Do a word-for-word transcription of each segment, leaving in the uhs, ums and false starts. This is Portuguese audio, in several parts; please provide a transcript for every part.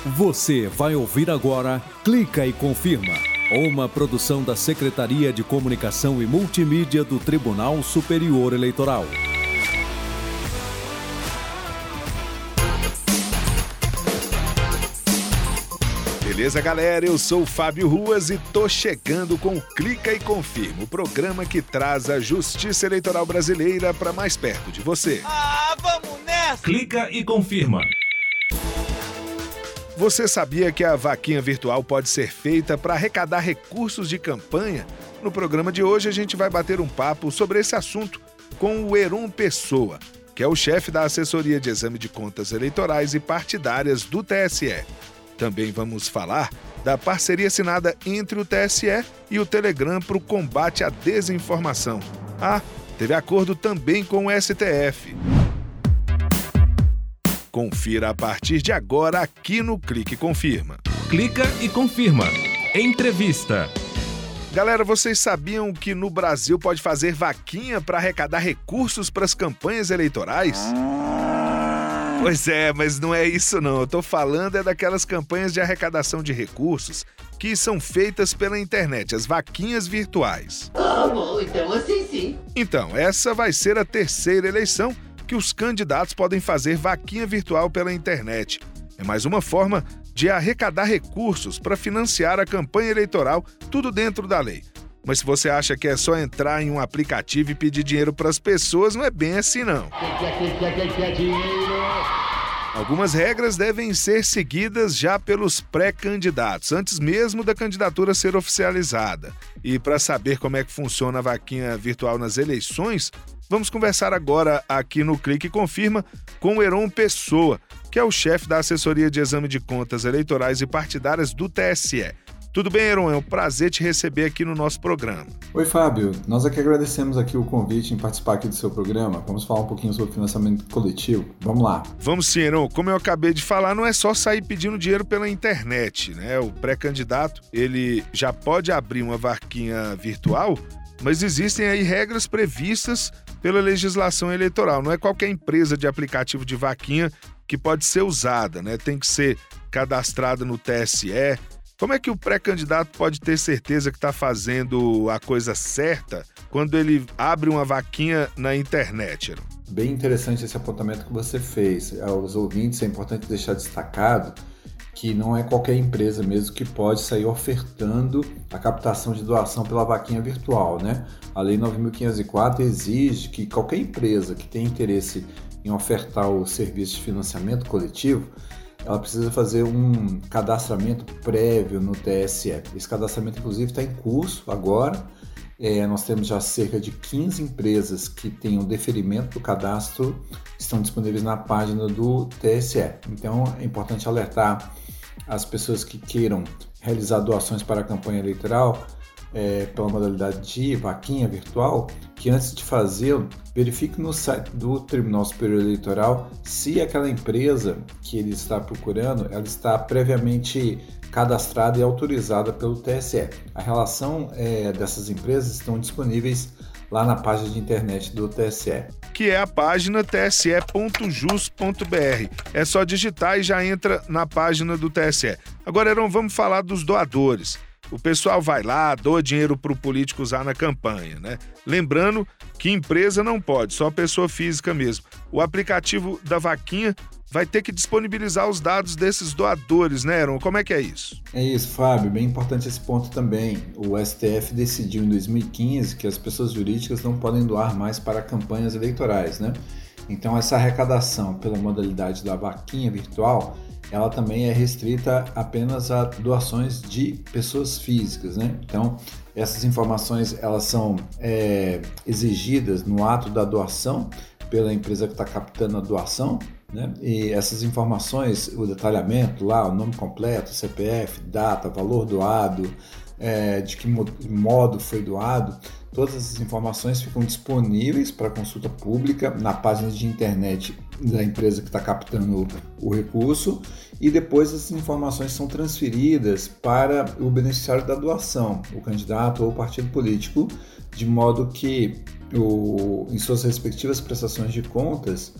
Você vai ouvir agora Clica e Confirma, uma produção da Secretaria de Comunicação e Multimídia do Tribunal Superior Eleitoral. Beleza, galera? Eu sou o Fábio Ruas e tô chegando com o Clica e Confirma, o programa que traz a justiça eleitoral brasileira para mais perto de você. Ah, vamos nessa! Clica e Confirma. Você sabia que a vaquinha virtual pode ser feita para arrecadar recursos de campanha? No programa de hoje a gente vai bater um papo sobre esse assunto com o Heron Pessoa, que é o chefe da Assessoria de Exame de Contas Eleitorais e Partidárias do T S E. Também vamos falar da parceria assinada entre o T S E e o Telegram para o combate à desinformação. Ah, teve acordo também com o S T F. Confira a partir de agora aqui no Clique e Confirma. Clica e Confirma. Entrevista. Galera, vocês sabiam que no Brasil pode fazer vaquinha para arrecadar recursos para as campanhas eleitorais? Pois é, mas não é isso não. Eu tô falando é daquelas campanhas de arrecadação de recursos que são feitas pela internet, as vaquinhas virtuais. Ah, bom, então assim sim. Então, essa vai ser a terceira eleição que os candidatos podem fazer vaquinha virtual pela internet. É mais uma forma de arrecadar recursos para financiar a campanha eleitoral, tudo dentro da lei. Mas se você acha que é só entrar em um aplicativo e pedir dinheiro para as pessoas, não é bem assim não. Algumas regras devem ser seguidas já pelos pré-candidatos, antes mesmo da candidatura ser oficializada. E para saber como é que funciona a vaquinha virtual nas eleições, vamos conversar agora aqui no Clique e Confirma com o Heron Pessoa, que é o chefe da Assessoria de Exame de Contas Eleitorais e Partidárias do T S E. Tudo bem, Heron? É um prazer te receber aqui no nosso programa. Oi, Fábio. Nós aqui agradecemos aqui o convite em participar aqui do seu programa. Vamos falar um pouquinho sobre financiamento coletivo. Vamos lá. Vamos sim, Heron. Como eu acabei de falar, não é só sair pedindo dinheiro pela internet, né? O pré-candidato, ele já pode abrir uma vaquinha virtual, mas existem aí regras previstas pela legislação eleitoral. Não é qualquer empresa de aplicativo de vaquinha que pode ser usada, né? Tem que ser cadastrada no T S E. Como é que o pré-candidato pode ter certeza que está fazendo a coisa certa quando ele abre uma vaquinha na internet, Heron? Bem interessante esse apontamento que você fez. Aos ouvintes é importante deixar destacado que não é qualquer empresa mesmo que pode sair ofertando a captação de doação pela vaquinha virtual, né? A Lei nove mil quinhentos e quatro exige que qualquer empresa que tenha interesse em ofertar o serviço de financiamento coletivo, ela precisa fazer um cadastramento prévio no T S E. Esse cadastramento, inclusive, está em curso agora. É, nós temos já cerca de quinze empresas que têm o deferimento do cadastro, estão disponíveis na página do T S E. Então, é importante alertar as pessoas que queiram realizar doações para a campanha eleitoral é, pela modalidade de vaquinha virtual, que antes de fazê-lo, verifique no site do Tribunal Superior Eleitoral se aquela empresa que ele está procurando, ela está previamente cadastrada e autorizada pelo T S E. A relação é, dessas empresas estão disponíveis lá na página de internet do T S E. Que é a página t s e ponto jus ponto b r. É só digitar e já entra na página do T S E. Agora, Heron, vamos falar dos doadores. O pessoal vai lá, doa dinheiro para o político usar na campanha, né? Lembrando que empresa não pode, só pessoa física mesmo. O aplicativo da vaquinha vai ter que disponibilizar os dados desses doadores, né, Heron? Como é que é isso? É isso, Fábio. Bem importante esse ponto também. O S T F decidiu em dois mil e quinze que as pessoas jurídicas não podem doar mais para campanhas eleitorais, né? Então, essa arrecadação pela modalidade da vaquinha virtual, ela também é restrita apenas a doações de pessoas físicas, né? Então, essas informações elas são é, exigidas no ato da doação pela empresa que está captando a doação, né? E essas informações, o detalhamento lá, o nome completo, C P F, data, valor doado, é, de que modo foi doado, todas essas informações ficam disponíveis para consulta pública na página de internet da empresa que está captando o recurso, e depois essas informações são transferidas para o beneficiário da doação, o candidato ou o partido político, de modo que o, em suas respectivas prestações de contas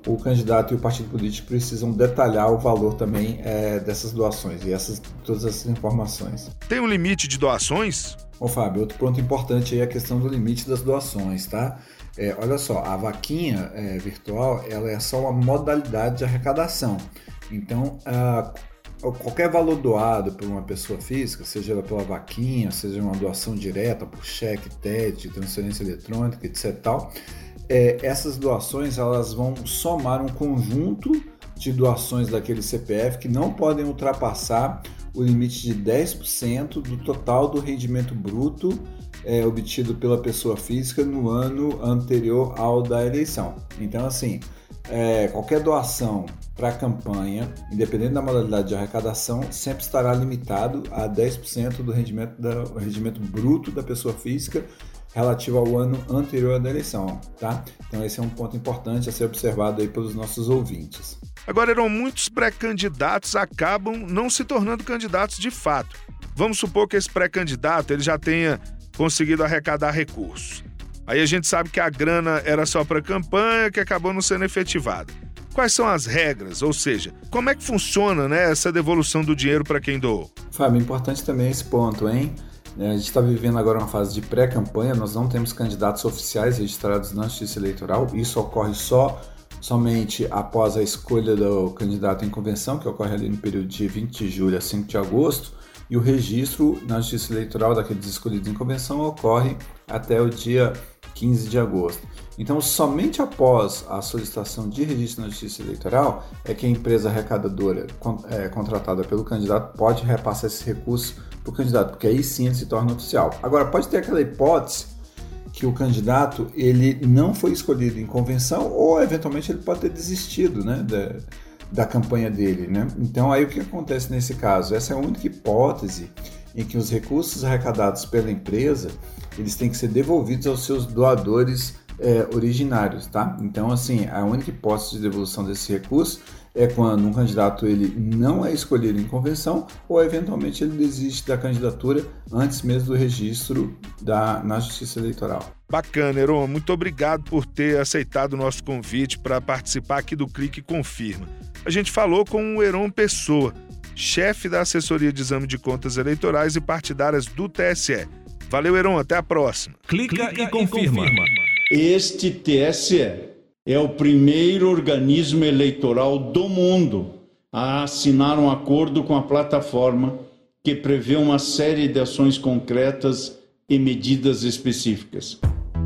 o candidato e o partido político precisam detalhar o valor também é, dessas doações e essas, todas essas informações. Tem um limite de doações? Ô Fábio, outro ponto importante aí é a questão do limite das doações, tá? É, olha só, a vaquinha é, virtual, ela é só uma modalidade de arrecadação. Então, a, qualquer valor doado por uma pessoa física, seja ela pela vaquinha, seja uma doação direta por cheque, T E D, transferência eletrônica, etc e tal, é, essas doações elas vão somar um conjunto de doações daquele C P F que não podem ultrapassar o limite de dez por cento do total do rendimento bruto é, obtido pela pessoa física no ano anterior ao da eleição. Então, assim, é, qualquer doação para a campanha, independente da modalidade de arrecadação, sempre estará limitado a dez por cento do rendimento, da, do rendimento bruto da pessoa física relativo ao ano anterior à eleição, tá? Então esse é um ponto importante a ser observado aí pelos nossos ouvintes. Agora, eram muitos pré-candidatos acabam não se tornando candidatos de fato. Vamos supor que esse pré-candidato ele já tenha conseguido arrecadar recursos. Aí a gente sabe que a grana era só para campanha, que acabou não sendo efetivada. Quais são as regras? Ou seja, como é que funciona, né, essa devolução do dinheiro para quem doou? Fábio, importante também esse ponto, hein? A gente está vivendo agora uma fase de pré-campanha, nós não temos candidatos oficiais registrados na Justiça Eleitoral, isso ocorre só somente após a escolha do candidato em convenção, que ocorre ali no período de vinte de julho a cinco de agosto, e o registro na Justiça Eleitoral daqueles escolhidos em convenção ocorre até o dia quinze de agosto. Então, somente após a solicitação de registro na Justiça Eleitoral é que a empresa arrecadadora é, contratada pelo candidato pode repassar esse recurso para o candidato, porque aí sim ele se torna oficial. Agora, pode ter aquela hipótese que o candidato ele não foi escolhido em convenção ou, eventualmente, ele pode ter desistido, né, da, da campanha dele, né? Então, aí o que acontece nesse caso? Essa é a única hipótese em que os recursos arrecadados pela empresa eles têm que ser devolvidos aos seus doadores é, originários, tá? Então, assim, a única hipótese de devolução desse recurso é quando um candidato ele não é escolhido em convenção ou, eventualmente, ele desiste da candidatura antes mesmo do registro da, na Justiça Eleitoral. Bacana, Heron. Muito obrigado por ter aceitado o nosso convite para participar aqui do Clique e Confirma. A gente falou com o Heron Pessoa, chefe da Assessoria de Exame de Contas Eleitorais e Partidárias do T S E. Valeu, Heron. Até a próxima. Clica, Clica e, confirma. e confirma. Este T S E é o primeiro organismo eleitoral do mundo a assinar um acordo com a plataforma que prevê uma série de ações concretas e medidas específicas.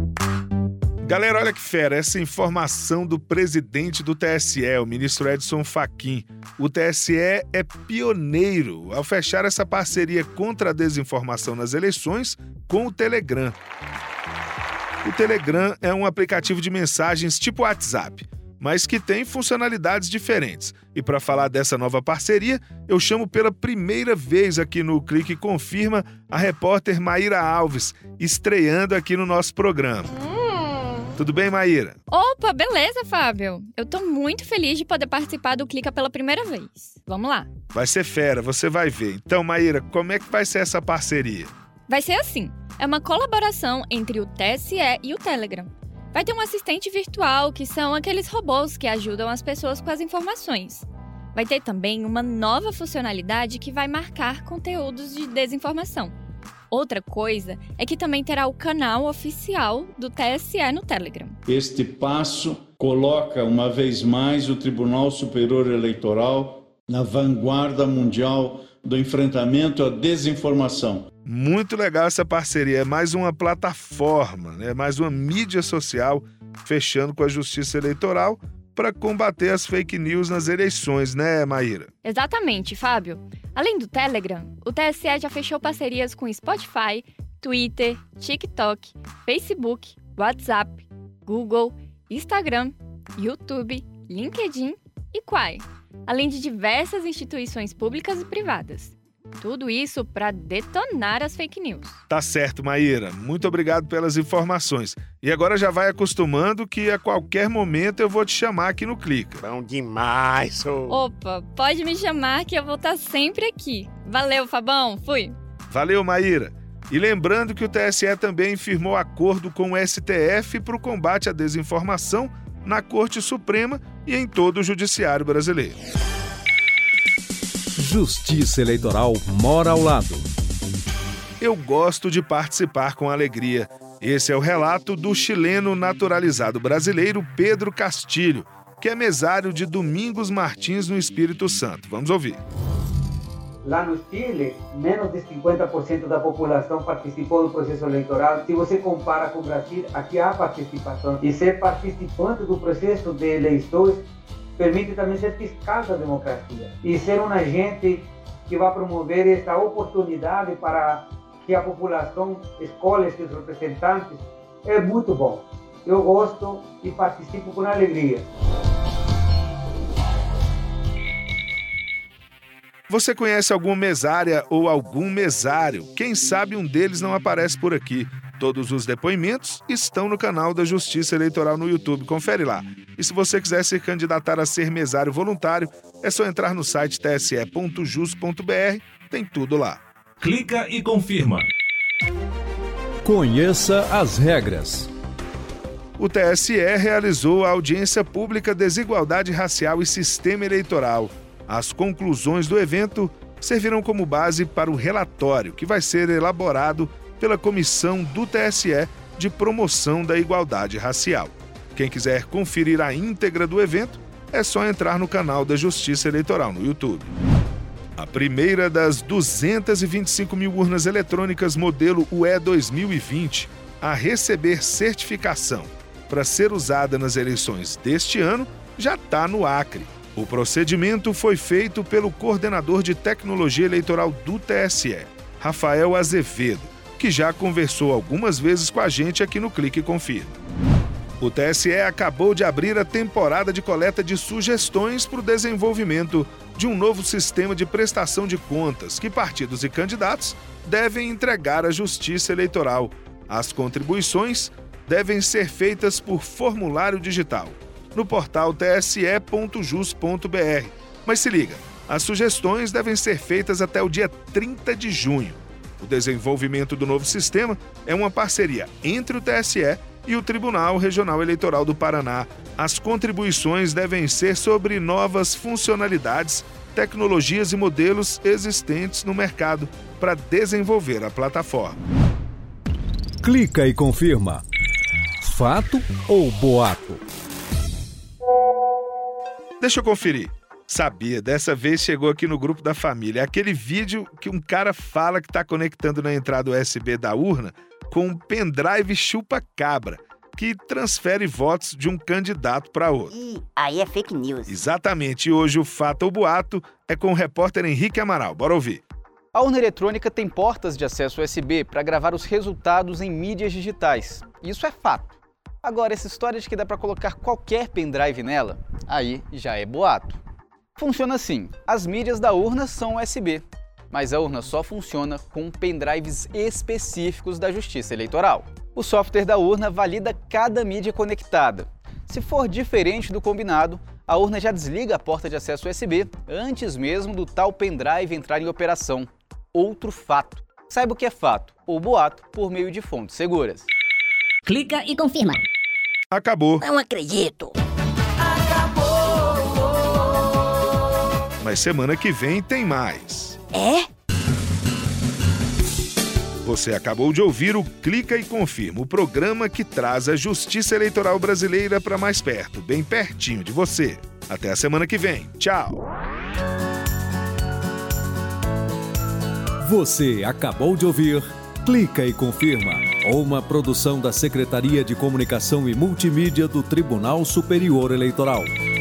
Galera, olha que fera, essa informação do presidente do T S E, o ministro Edson Fachin. O T S E é pioneiro ao fechar essa parceria contra a desinformação nas eleições com o Telegram. O Telegram é um aplicativo de mensagens tipo WhatsApp, mas que tem funcionalidades diferentes. E para falar dessa nova parceria, eu chamo pela primeira vez aqui no Clique e Confirma a repórter Maíra Alves, estreando aqui no nosso programa. Hum. Tudo bem, Maíra? Opa, beleza, Fábio. Eu tô muito feliz de poder participar do Clica pela primeira vez. Vamos lá. Vai ser fera, você vai ver. Então, Maíra, como é que vai ser essa parceria? Vai ser assim. É uma colaboração entre o T S E e o Telegram. Vai ter um assistente virtual, que são aqueles robôs que ajudam as pessoas com as informações. Vai ter também uma nova funcionalidade que vai marcar conteúdos de desinformação. Outra coisa é que também terá o canal oficial do T S E no Telegram. Este passo coloca, uma vez mais, o Tribunal Superior Eleitoral na vanguarda mundial do enfrentamento à desinformação. Muito legal essa parceria, é mais uma plataforma, né? Mais uma mídia social fechando com a Justiça Eleitoral para combater as fake news nas eleições, né, Maíra? Exatamente, Fábio. Além do Telegram, o T S E já fechou parcerias com Spotify, Twitter, TikTok, Facebook, WhatsApp, Google, Instagram, YouTube, LinkedIn e Quai, além de diversas instituições públicas e privadas. Tudo isso para detonar as fake news. Tá certo, Maíra. Muito obrigado pelas informações. E agora já vai acostumando que a qualquer momento eu vou te chamar aqui no Clica. Bom demais, ô! Opa, pode me chamar que eu vou estar sempre aqui. Valeu, Fabão. Fui. Valeu, Maíra. E lembrando que o T S E também firmou acordo com o S T F para o combate à desinformação na Corte Suprema e em todo o Judiciário brasileiro. Justiça Eleitoral mora ao lado. Eu gosto de participar com alegria. Esse é o relato do chileno naturalizado brasileiro Pedro Castilho, que é mesário de Domingos Martins, no Espírito Santo. Vamos ouvir. Lá no Chile, menos de cinquenta por cento da população participou do processo eleitoral. Se você compara com o Brasil, aqui há participação. E ser participante do processo de eleições permite também ser fiscal da democracia. E ser um agente que vai promover essa oportunidade para que a população escolha seus representantes é muito bom. Eu gosto e participo com alegria. Você conhece alguma mesária ou algum mesário? Quem sabe um deles não aparece por aqui. Todos os depoimentos estão no canal da Justiça Eleitoral no YouTube. Confere lá. E se você quiser se candidatar a ser mesário voluntário, é só entrar no site t s e ponto jus ponto b r. Tem tudo lá. Clica e confirma. Conheça as regras. O T S E realizou a audiência pública Desigualdade Racial e Sistema Eleitoral. As conclusões do evento servirão como base para o relatório que vai ser elaborado pela Comissão do T S E de Promoção da Igualdade Racial. Quem quiser conferir a íntegra do evento, é só entrar no canal da Justiça Eleitoral no YouTube. A primeira das duzentas e vinte e cinco mil urnas eletrônicas modelo U E dois mil e vinte a receber certificação para ser usada nas eleições deste ano já está no Acre. O procedimento foi feito pelo coordenador de tecnologia eleitoral do T S E, Rafael Azevedo, que já conversou algumas vezes com a gente aqui no Clique e Confirma. O T S E acabou de abrir a temporada de coleta de sugestões para o desenvolvimento de um novo sistema de prestação de contas que partidos e candidatos devem entregar à Justiça Eleitoral. As contribuições devem ser feitas por formulário digital no portal t s e ponto jus ponto b r. Mas se liga, as sugestões devem ser feitas até o dia trinta de junho. O desenvolvimento do novo sistema é uma parceria entre o T S E e o Tribunal Regional Eleitoral do Paraná. As contribuições devem ser sobre novas funcionalidades, tecnologias e modelos existentes no mercado para desenvolver a plataforma. Clica e confirma. Fato ou boato? Deixa eu conferir. Sabia, dessa vez chegou aqui no grupo da família aquele vídeo que um cara fala que está conectando na entrada U S B da urna com um pendrive chupa-cabra, que transfere votos de um candidato para outro. Ih, aí é fake news. Exatamente, e hoje o Fato ou Boato é com o repórter Henrique Amaral. Bora ouvir. A urna eletrônica tem portas de acesso U S B para gravar os resultados em mídias digitais. Isso é fato. Agora, essa história de que dá para colocar qualquer pendrive nela, aí já é boato. Funciona assim, as mídias da urna são U S B, mas a urna só funciona com pendrives específicos da Justiça Eleitoral. O software da urna valida cada mídia conectada. Se for diferente do combinado, a urna já desliga a porta de acesso U S B antes mesmo do tal pendrive entrar em operação. Outro fato. Saiba o que é fato ou boato por meio de fontes seguras. Clica e confirma. Acabou. Não acredito. Mas semana que vem tem mais. É? Você acabou de ouvir o Clica e Confirma, o programa que traz a Justiça Eleitoral brasileira para mais perto, bem pertinho de você. Até a semana que vem. Tchau. Você acabou de ouvir Clica e Confirma, uma produção da Secretaria de Comunicação e Multimídia do Tribunal Superior Eleitoral.